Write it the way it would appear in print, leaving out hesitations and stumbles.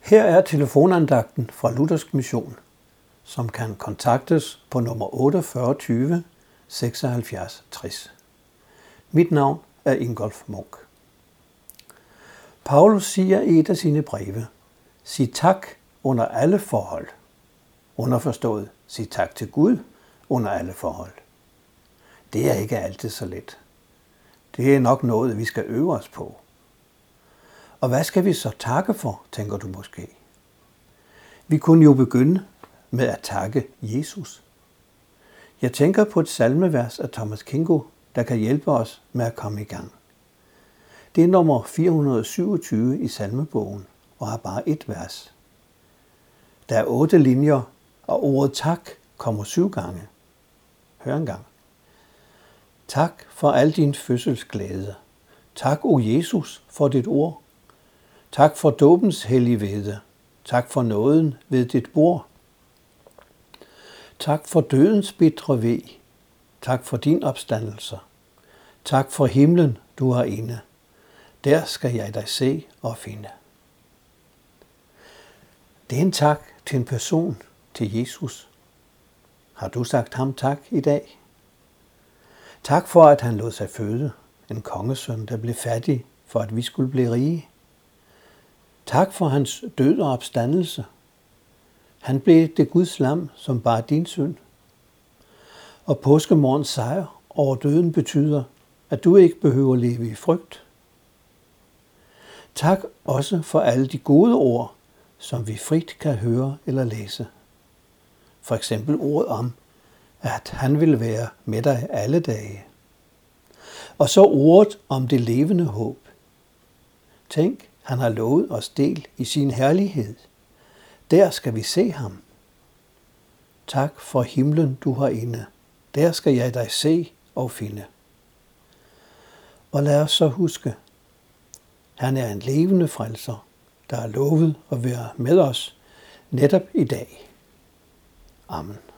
Her er telefonandagten fra Luthersk Mission, som kan kontaktes på nummer 48 20 76 60. Mit navn er Ingolf Munk. Paulus siger i et af sine breve: sig tak under alle forhold. Underforstået: sig tak til Gud under alle forhold. Det er ikke altid så let. Det er nok noget, vi skal øve os på. Og hvad skal vi så takke for, tænker du måske? Vi kunne jo begynde med at takke Jesus. Jeg tænker på et salmevers af Thomas Kingo, der kan hjælpe os med at komme i gang. Det er nummer 427 i salmebogen og har bare et vers. Der er 8 linjer, og ordet tak kommer 7 gange. Hør engang. Tak for al din fødselsglæde. Tak, o Jesus, for dit ord. Tak for dåbens hellige væde. Tak for nåden ved dit bord. Tak for dødens bitre ve. Tak for din opstandelse. Tak for himlen, du har inde. Der skal jeg dig se og finde. Det er en tak til en person, til Jesus. Har du sagt ham tak i dag? Tak for, at han lod sig føde, en kongesøn, der blev fattig, for at vi skulle blive rige. Tak for hans død og opstandelse. Han blev det Guds lam, som bar din synd. Og påskemorgens sejr over døden betyder, at du ikke behøver at leve i frygt. Tak også for alle de gode ord, som vi frit kan høre eller læse. For eksempel ordet om, at han vil være med dig alle dage. Og så ordet om det levende håb. Tænk, han har lovet os del i sin herlighed. Der skal vi se ham. Tak for himlen, du har inde. Der skal jeg dig se og finde. Og lad os så huske, han er en levende frelser, der har lovet at være med os netop i dag. Amen.